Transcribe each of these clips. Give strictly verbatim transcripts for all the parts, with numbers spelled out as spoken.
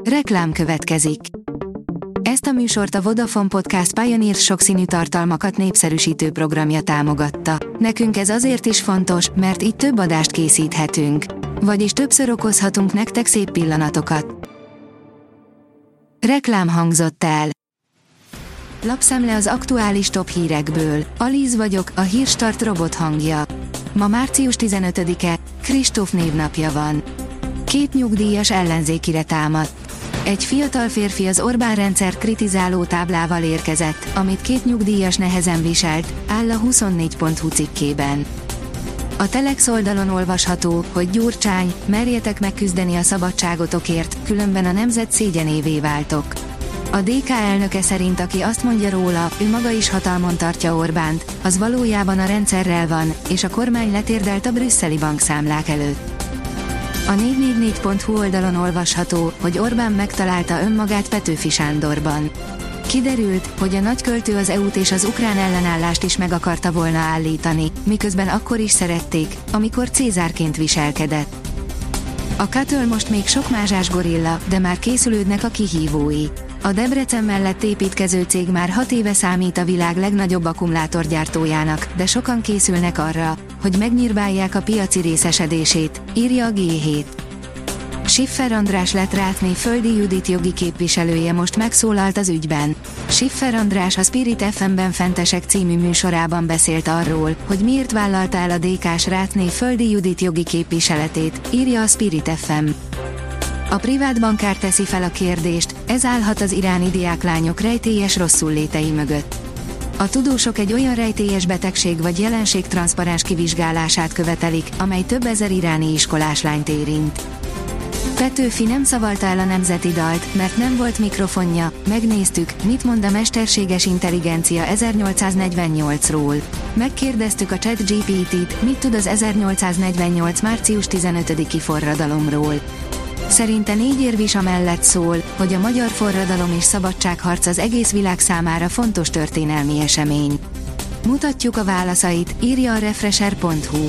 Reklám következik. Ezt a műsort a Vodafone Podcast Pioneer sokszínű tartalmakat népszerűsítő programja támogatta. Nekünk ez azért is fontos, mert így több adást készíthetünk. Vagyis többször okozhatunk nektek szép pillanatokat. Reklám hangzott el. Lapszemle az aktuális top hírekből. Alíz vagyok, a Hírstart robot hangja. Ma március tizenötödike, Kristóf névnapja van. Két nyugdíjas ellenzékire támadt. Egy fiatal férfi az Orbán rendszer kritizáló táblával érkezett, amit két nyugdíjas nehezen viselt, áll a huszonnégy pont hu cikkében. A Telex oldalon olvasható, hogy Gyurcsány, merjetek megküzdeni a szabadságotokért, különben a nemzet szégyenévé váltok. A dé ká elnöke szerint aki azt mondja róla, ő maga is hatalmon tartja Orbánt, az valójában a rendszerrel van, és a kormány letérdelt a brüsszeli bankszámlák előtt. A négy négy négy pont hu oldalon olvasható, hogy Orbán megtalálta önmagát Petőfi Sándorban. Kiderült, hogy a nagyköltő az é u-t és az ukrán ellenállást is meg akarta volna állítani, miközben akkor is szerették, amikor Cézárként viselkedett. A Katől most még sok mázsás gorilla, de már készülődnek a kihívói. A Debrecen mellett építkező cég már hat éve számít a világ legnagyobb akkumulátorgyártójának, de sokan készülnek arra, hogy megnyírbálják a piaci részesedését, írja a gé hét. Schiffer András lett Rátné Földi Judit jogi képviselője, most megszólalt az ügyben. Schiffer András a Spirit ef em-ben Fentesek című műsorában beszélt arról, hogy miért vállalta el a dé ká-s Rátné Földi Judit jogi képviseletét, írja a Spirit ef em. A privát bankár teszi fel a kérdést, ez állhat az iráni diáklányok rejtélyes rosszullétei mögött. A tudósok egy olyan rejtélyes betegség vagy jelenség transzparens kivizsgálását követelik, amely több ezer iráni iskolás lányt érint. Petőfi nem szavalta el a nemzeti dalt, mert nem volt mikrofonja, megnéztük, mit mond a mesterséges intelligencia ezernyolcszáznegyvennyolcról. Megkérdeztük a ChatGPT-t, mit tud az ezernyolcszáznegyvennyolc március tizenötödiki forradalomról. Szerinte négy érv is amellett szól, hogy a magyar forradalom és szabadságharc az egész világ számára fontos történelmi esemény. Mutatjuk a válaszait, írja a refresher pont hu.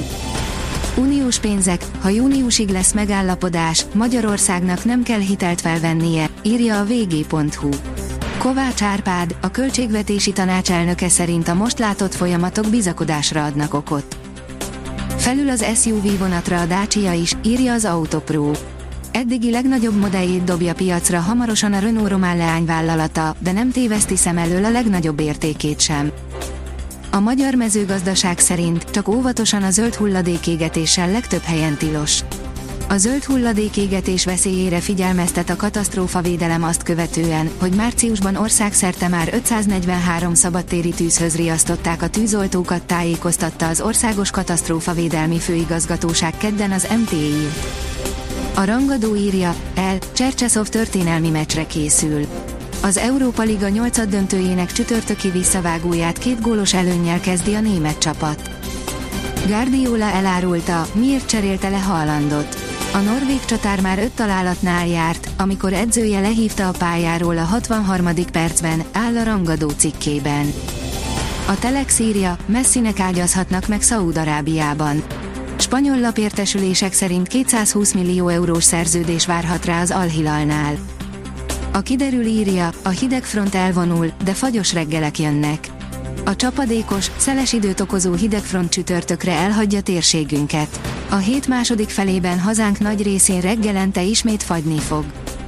Uniós pénzek, ha júniusig lesz megállapodás, Magyarországnak nem kell hitelt felvennie, írja a vé gé pont hu. Kovács Árpád, a Költségvetési Tanács elnöke szerint a most látott folyamatok bizakodásra adnak okot. Felül az es u vé vonatra a Dacia is, írja az Autopro. Eddigi legnagyobb modelljét dobja piacra hamarosan a Renault román leányvállalata, de nem téveszti szem elől a legnagyobb értékét sem. A magyar mezőgazdaság szerint csak óvatosan a zöld hulladékégetéssel legtöbb helyen tilos. A zöld hulladékégetés veszélyére figyelmeztet a katasztrófavédelem azt követően, hogy márciusban országszerte már ötszáznegyvenhárom szabadtéri tűzhöz riasztották a tűzoltókat, tájékoztatta az Országos Katasztrófavédelmi Főigazgatóság kedden az em té i. A rangadó írja, el, Csercseszov történelmi meccsre készül. Az Európa Liga nyolcaddöntőjének csütörtöki visszavágóját két gólos előnnyel kezdi a német csapat. Guardiola elárulta, miért cserélte le Haalandot. A norvég csatár már öt találatnál járt, amikor edzője lehívta a pályáról a hatvanharmadik percben, áll a rangadó cikkében. A Telex írja, Messinek ágyazhatnak meg Szaúd-Arábiában. Spanyol lapértesülések szerint kétszázhúsz millió eurós szerződés várhat rá az Al Hilalnál. A Kiderül írja, a hidegfront elvonul, de fagyos reggelek jönnek. A csapadékos, szeles időt okozó hidegfront csütörtökre elhagyja térségünket. A hét második felében hazánk nagy részén reggelente ismét fagyni fog.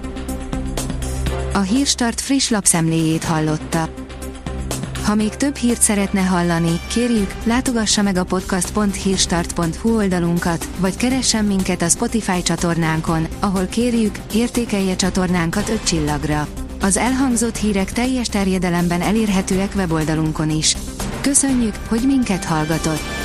A Hírstart friss lapszemléjét hallotta. Ha még több hírt szeretne hallani, kérjük, látogassa meg a podcast pont hírstart pont hu oldalunkat, vagy keressen minket a Spotify csatornánkon, ahol kérjük, értékelje csatornánkat öt csillagra. Az elhangzott hírek teljes terjedelemben elérhetőek weboldalunkon is. Köszönjük, hogy minket hallgatott!